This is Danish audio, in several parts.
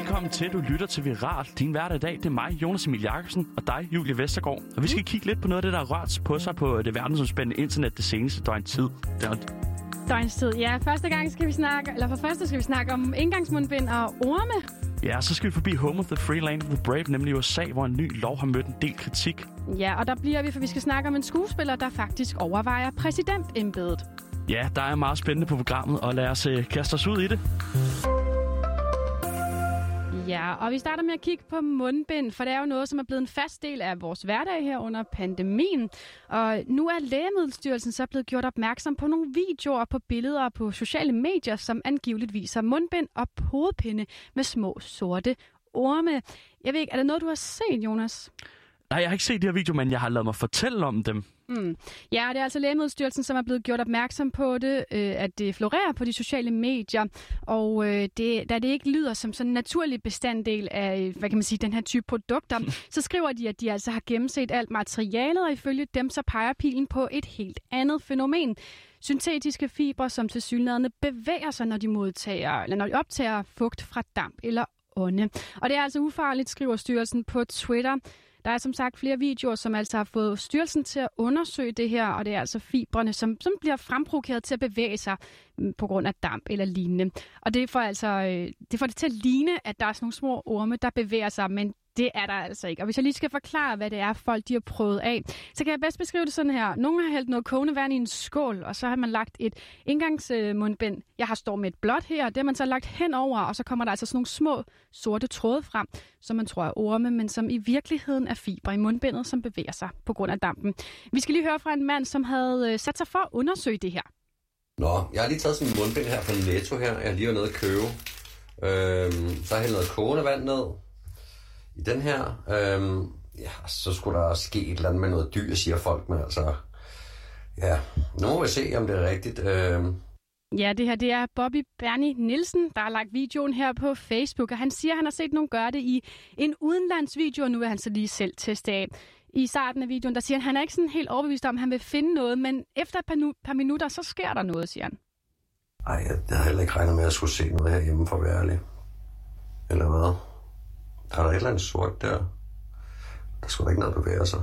velkommen til. Du lytter til Viral. Din hverdag i dag, det er mig, Jonas Emil Jakobsen, og dig, Julie Vestergaard. Og vi skal kigge lidt på noget af det, der har rørt på sig på det verdensomspændende internet det seneste døgns tid. Døgnstid. Ja, for første skal vi snakke om engangsmundbind og orme. Ja, så skal vi forbi Home of the Free Land of the Brave, nemlig USA, hvor en ny lov har mødt en del kritik. Ja, og der bliver vi, for vi skal snakke om en skuespiller, der faktisk overvejer præsidentembedet. Ja, der er meget spændende på programmet, og lad os kaste os ud i det. Ja, og vi starter med at kigge på mundbind, for det er jo noget, som er blevet en fast del af vores hverdag her under pandemien. Og nu er Lægemiddelstyrelsen så blevet gjort opmærksom på nogle videoer på billeder på sociale medier, som angiveligt viser mundbind og hovedpinde med små sorte orme. Jeg ved ikke, er det noget, du har set, Jonas? Nej, jeg har ikke set de her videoer, men jeg har ladet mig fortælle om dem. Ja, det er altså Lægemiddelstyrelsen, som er blevet gjort opmærksom på det, at det florerer på de sociale medier, og da det ikke lyder som sådan en naturlig bestanddel af, den her type produkter, så skriver de, at de altså har gennemset alt materialet, og ifølge dem så peger pilen på et helt andet fænomen. Syntetiske fibre, som tilsyneladende bevæger sig, når de optager fugt fra damp eller ånde. Og det er altså ufarligt, skriver styrelsen på Twitter. Der er som sagt flere videoer, som altså har fået styrelsen til at undersøge det her, og det er altså fibrene, som bliver fremprovokeret til at bevæge sig på grund af damp eller lignende. Og det får det til at ligne, at der er sådan nogle små orme, der bevæger sig, men det er der altså ikke. Og hvis jeg lige skal forklare, hvad det er, folk de har prøvet af, så kan jeg bedst beskrive det sådan her. Nogle har hældt noget kogende vand i en skål, og så har man lagt et indgangsmundbind. Jeg har står med et blåt her, det har man så lagt henover, og så kommer der altså sådan nogle små sorte tråde frem, som man tror er orme, men som i virkeligheden er fibre i mundbindet, som bevæger sig på grund af dampen. Vi skal lige høre fra en mand, som havde sat sig for at undersøge det her. Nå, jeg har lige taget sådan en mundbind her fra Netto her. Jeg har lige været nede at købe. Så har jeg hældt noget kogende vand ned i den her. Så skulle der ske et eller andet med noget dyr, siger folk, men altså, ja, nu må vi se, om det er rigtigt. Ja, det her det er Bobby Bernie Nielsen, der har lagt videoen her på Facebook, og han siger, at han har set nogen gøre det i en udenlandsvideo, og nu vil han så lige selv teste af. I starten af videoen, der siger han, at han er ikke sådan helt overbevist om, at han vil finde noget, men efter et par minutter, så sker der noget, siger han. Ej, jeg havde heller ikke regnet med, at jeg skulle se noget herhjemme, for at være ærlig. Eller hvad? Der er der et eller andet sort der. Der skulle da ikke noget bevæge sig.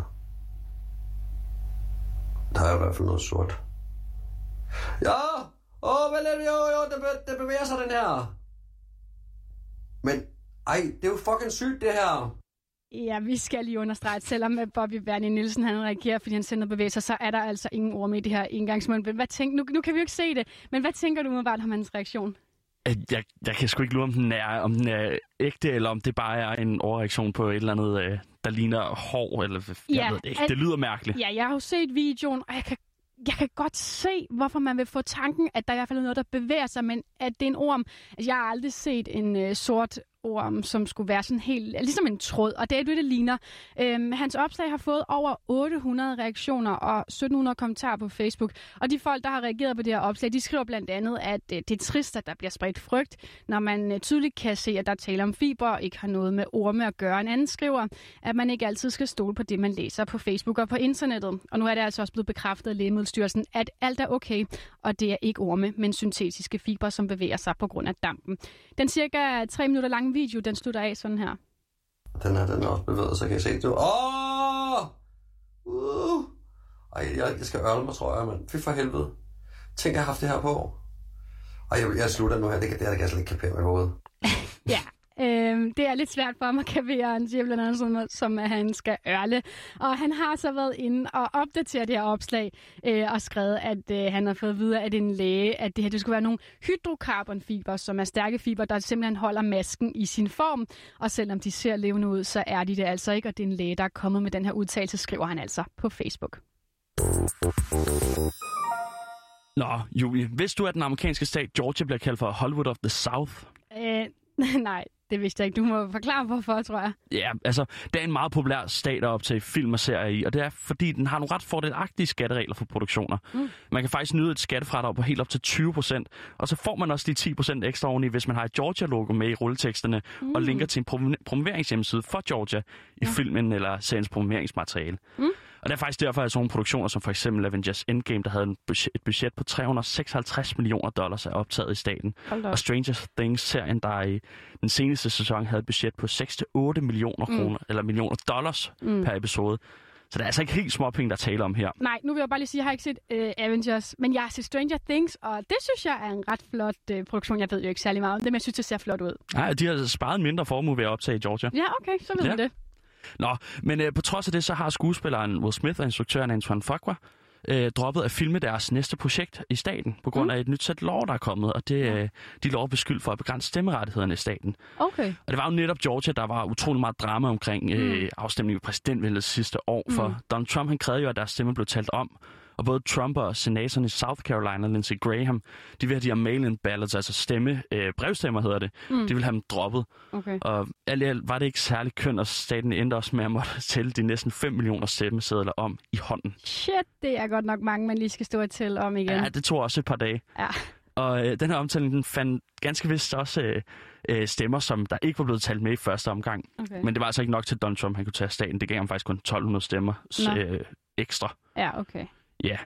Der er i hvert fald noget sort. Ja! Det bevæger sig, den her. Men, det er jo fucking sygt, det her. Ja, vi skal lige understrege, at selvom Bobby Bernie Nielsen han reagerer, fordi han sender bevæger sig, så er der altså ingen orme i det her engangsmundbind. Nu kan vi jo ikke se det, men hvad tænker du umiddelbart om hans reaktion? Jeg kan sgu ikke lure, om den er ægte, eller om det bare er en overreaktion på et eller andet, der ligner hår, eller jeg ved det ikke. Det lyder mærkeligt. Ja, jeg har jo set videoen, og jeg kan godt se, hvorfor man vil få tanken, at der i hvert fald er noget, der bevæger sig, men at det er en orm. Altså, jeg har aldrig set en sort orm, som skulle være sådan helt, ligesom en tråd, og det er det ligner. Hans opslag har fået over 800 reaktioner og 1700 kommentarer på Facebook, og de folk, der har reageret på det her opslag, de skriver blandt andet, at det er trist, at der bliver spredt frygt, når man tydeligt kan se, at der taler om fiber og ikke har noget med orme at gøre. En anden skriver, at man ikke altid skal stole på det, man læser på Facebook og på internettet. Og nu er det altså også blevet bekræftet af Lægemiddelstyrelsen, at alt er okay, og det er ikke orme, men syntetiske fibre, som bevæger sig på grund af dampen. Den cirka 3 minutter lange video, den slutter af sådan her. Den er også bevæget, så kan jeg se det. Jeg skal ørle mig, tror jeg, mand. Fy for helvede. Tænk, jeg har haft det her på. Jeg slutter nu her. Det kan jeg slet ikke kapere med hovedet. Ja. Det er lidt svært for ham at kapere, han siger blandt andet, som at han skal ørle. Og han har så været inde og opdateret det her opslag og skrevet, at han har fået videre af en læge, at det skulle være nogle hydrokarbonfiber, som er stærke fiber, der simpelthen holder masken i sin form. Og selvom de ser levende ud, så er de det altså ikke. Og det er en læge, der er kommet med den her udtalelse, skriver han altså på Facebook. Nå, Julie, vidste du, at den amerikanske stat Georgia bliver kaldt for Hollywood of the South? Nej, det vidste jeg ikke. Du må forklare, hvorfor, tror jeg. Ja, altså, det er en meget populær stat at optage film og serier i, og det er, fordi den har nogle ret fordelagtige skatteregler for produktioner. Man kan faktisk nyde et skattefradrag på helt op til 20%, og så får man også de 10% ekstra oveni, hvis man har et Georgia-logo med i rulleteksterne og linker til en promoveringshjemmeside for Georgia i filmen eller seriens promoveringsmateriale. Og det er faktisk derfor, at sådan nogle produktioner som for eksempel Avengers Endgame, der havde et budget på $356 millioner, er optaget i staten. Og Stranger Things-serien, der i den seneste sæson havde et budget på 6-8 millioner kroner, eller millioner dollars per episode. Så det er altså ikke helt småpenge, der taler om her. Nej, nu vil jeg bare lige sige, at jeg har ikke set Avengers, men jeg har set Stranger Things, og det synes jeg er en ret flot produktion. Jeg ved jo ikke særlig meget om det, men jeg synes, det ser flot ud. Nej, de har sparet en mindre formue ved at optage i Georgia. Ja, okay, så ved man det. Nå, men på trods af det, så har skuespilleren Will Smith og instruktøren Antoine Fuqua droppet at filme deres næste projekt i staten, på grund af et nyt sæt lov, der er kommet, og de lov beskyldt for at begrænse stemmerettighederne i staten. Okay. Og det var jo netop Georgia, der var utrolig meget drama omkring afstemningen ved præsidentvalget sidste år, for Donald Trump, han krævede jo, at deres stemme blev talt om, og både Trump og senatoren i South Carolina, Lindsey Graham, de vil have de her mail-in ballots, altså brevstemmer hedder det, de vil have dem droppet. Okay. Og alt var det ikke særlig kønt, og staten endte også med at måtte tælle de næsten 5 millioner stemmesedler om i hånden. Shit, det er godt nok mange, man lige skal stå og tælle om igen. Ja, det tog også et par dage. Ja. Og den her omtælling, den fandt ganske vist også stemmer, som der ikke var blevet talt med i første omgang. Okay. Men det var altså ikke nok til Donald Trump, han kunne tage staten. Det gav ham faktisk kun 1200 stemmer ekstra. Ja, okay. Ja.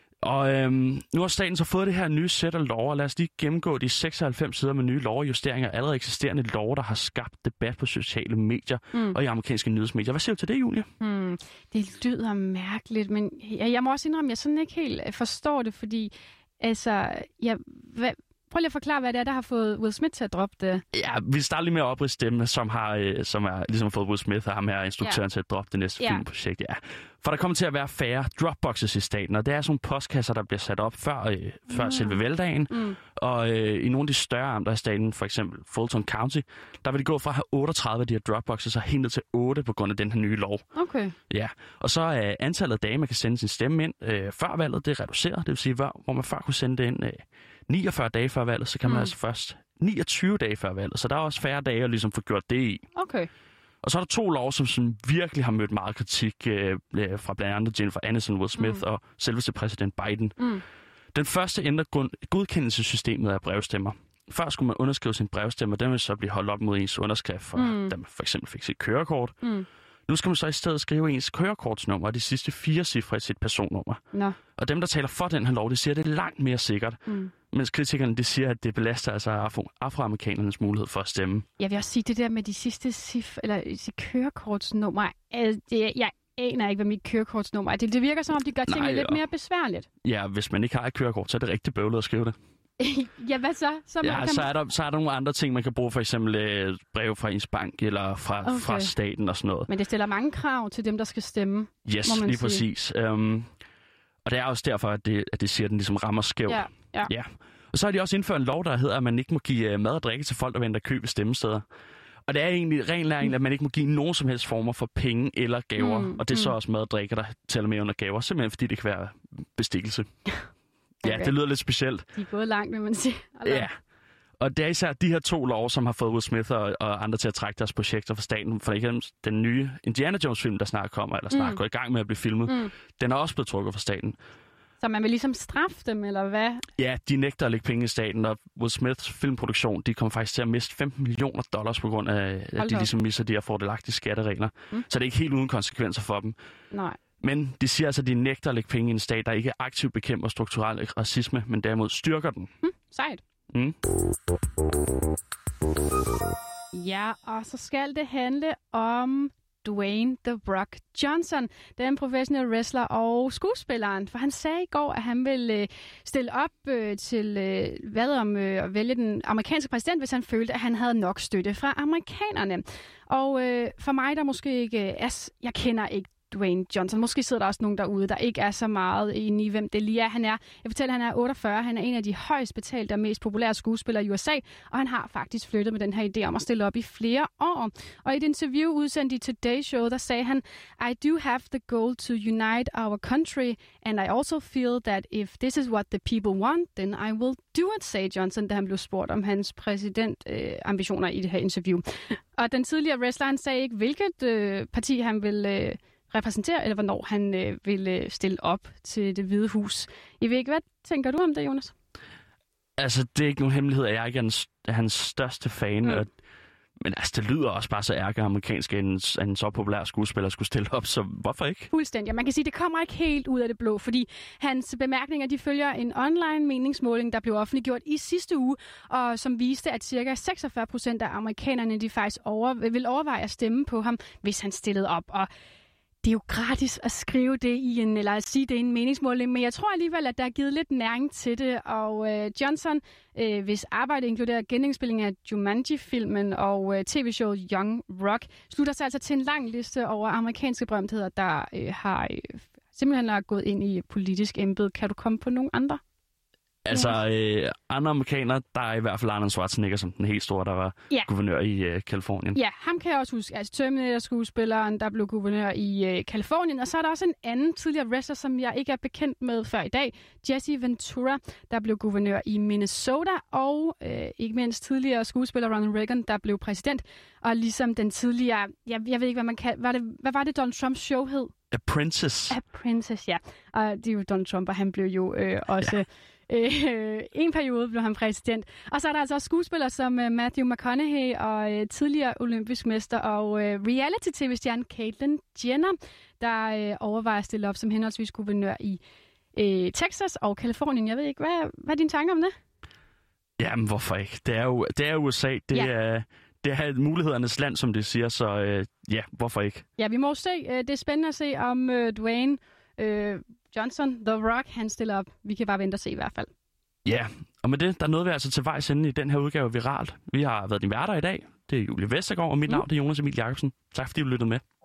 Og nu har staten så fået det her nye sæt af lov, og lad os lige gennemgå de 96 sider med nye lov og justeringer af allerede eksisterende lov, der har skabt debat på sociale medier og i amerikanske nyhedsmedier. Hvad siger du til det, Julie? Det lyder mærkeligt, men jeg må også indrømme, at jeg sådan ikke helt forstår det, fordi altså, prøv lige at forklare, hvad det er, der har fået Will Smith til at droppe det. Ja, vi starter lige med at opriste dem, som er ligesom fået Will Smith og ham her instruktøren til at droppe det næste filmprojekt. Ja. For der kommer til at være færre dropboxes i staten, og det er sådan nogle postkasser, der bliver sat op før selve valgdagen. Og i nogle af de større amter i staten, for eksempel Fulton County, der vil de gå fra at have 38 af de her dropboxes og helt ned til 8 på grund af den her nye lov. Okay. Ja, og så er antallet af dage, man kan sende sin stemme ind før valget, det er reduceret. Det vil sige, hvor man før kunne sende det ind 49 dage før valget, så kan man altså først 29 dage før valget. Så der er også færre dage at ligesom få gjort det i. Okay. Og så er der 2 lov, som virkelig har mødt meget kritik fra blandt andet Jennifer Aniston, Will Smith og selveste præsident Biden. Den første ændrer godkendelsessystemet af brevstemmer. Før skulle man underskrive sin brevstemme, og den vil så blive holdt op mod ens underskrift, da man for eksempel fik sit kørekort. Nu skal man så i stedet skrive ens kørekortsnummer og de sidste 4 cifre i sit personnummer. No. Og dem, der taler for den her lov, de siger, at det er langt mere sikkert. Mens kritikerne, de siger, at det belaster altså afroamerikanерnes mulighed for at stemme. Jeg vil også sige det der med de sidste cifre, eller kørekortsnummer. Jeg aner ikke, hvad mit kørekortsnummer er. Det virker som om, de gør tingene lidt mere besværligt. Ja, hvis man ikke har et kørekort, så er det rigtig bøvlet at skrive det. Ja, hvad så? Så er der nogle andre ting, man kan bruge, for eksempel brev fra ens bank eller fra staten og sådan noget. Men det stiller mange krav til dem, der skal stemme. Yes, lige sige. Præcis. Og det er også derfor, at det siger, at den ligesom rammer skævt. Ja. Og så har de også indført en lov, der hedder, at man ikke må give mad og drikke til folk, der venter køb ved stemmesteder. Og det er egentlig ren læring, at man ikke må give nogen som helst former for penge eller gaver. Og det er så også mad og drikke, der tæller med under gaver, simpelthen fordi det kan være bestikkelse. Okay. Ja, det lyder lidt specielt. De er gået langt, vil man sige. Ja, og det er især de her 2 love, som har fået Will Smith og andre til at trække deres projekter fra staten. For eksempel den nye Indiana Jones-film, der snart kommer, eller snart går i gang med at blive filmet, den er også blevet trukket fra staten. Så man vil ligesom straffe dem, eller hvad? Ja, de nægter at lægge penge i staten, og Will Smiths filmproduktion, de kommer faktisk til at miste $15 millioner på grund af, at de ligesom misser de her fordelagtige skatteregler. Så det er ikke helt uden konsekvenser for dem. Nej. Men de siger altså, at de nægter at lægge penge i en stat, der ikke aktivt bekæmper strukturel racisme, men derimod styrker den. Sejt. Ja, og så skal det handle om Dwayne The Rock Johnson, den professionelle wrestler og skuespilleren. For han sagde i går, at han ville stille op til at vælge den amerikanske præsident, hvis han følte, at han havde nok støtte fra amerikanerne. Og for mig, der måske ikke jeg kender ikke Dwayne Johnson. Måske sidder der også nogen derude, der ikke er så meget inde i, hvem det lige er. Jeg fortæller, han er 48. Han er en af de højst betalte og mest populære skuespillere i USA, og han har faktisk flyttet med den her idé om at stille op i flere år. Og i et interview udsendt i Today Show, der sagde han, I do have the goal to unite our country, and I also feel that if this is what the people want, then I will do it, sagde Johnson, da han blev spurgt om hans præsidentambitioner i det her interview. Og den tidligere wrestler, han sagde ikke, hvilket parti han vil repræsentere, eller hvornår han vil stille op til Det Hvide Hus. Jeg ved ikke, hvad tænker du om det, Jonas? Altså, det er ikke nogen hemmelighed, at jeg ikke er hans største fan. Men altså, det lyder også bare så ærkeamerikansk, at en så populær skuespiller skulle stille op, så hvorfor ikke? Fuldstændig. Man kan sige, at det kommer ikke helt ud af det blå, fordi hans bemærkninger, de følger en online meningsmåling, der blev offentliggjort i sidste uge, og som viste, at ca. 46% af amerikanerne, de faktisk vil overveje at stemme på ham, hvis han stillede op. Og det er jo gratis at skrive det eller at sige det i en meningsmåling, men jeg tror alligevel, at der er givet lidt næring til det, og Johnson, hvis arbejde inkluderer genindspilling af Jumanji-filmen og tv-showet Young Rock, slutter sig altså til en lang liste over amerikanske berømtheder, der har simpelthen gået ind i politisk embede. Kan du komme på nogle andre? Altså, andre amerikanere, der er i hvert fald Arnold Schwarzenegger som den helt store, der var guvernør i Californien. Ja, ham kan jeg også huske. Altså Terminator-skuespilleren, der blev guvernør i Californien. Og så er der også en anden tidligere wrestler, som jeg ikke er bekendt med før i dag. Jesse Ventura, der blev guvernør i Minnesota. Og ikke mindst tidligere skuespiller Ronald Reagan, der blev præsident. Og ligesom den tidligere, jeg ved ikke, hvad man kan. Hvad var det Donald Trumps show hed? Apprentice, ja. Og det er jo Donald Trump, og han blev jo også... Ja. En periode blev han præsident. Og så er der altså også skuespillere som Matthew McConaughey og tidligere olympisk mester og reality-tv-stjerne Caitlyn Jenner, der overvejer at stille op som henholdsvis guvernør i Texas og Californien. Jeg ved ikke, hvad er dine tanker om det? Jamen, hvorfor ikke? Det er USA. Det er mulighedernes land, som det siger, så hvorfor ikke? Ja, vi må se. Det er spændende at se, om Dwayne Johnson, The Rock, han stiller op. Vi kan bare vente og se i hvert fald. Ja, og med det, der nåede vi altså til vejs ende i den her udgave Viralt. Vi har været dine værter i dag. Det er Julie Vestergaard, og mit navn er Jonas Emil Jacobsen. Tak fordi du lyttede med.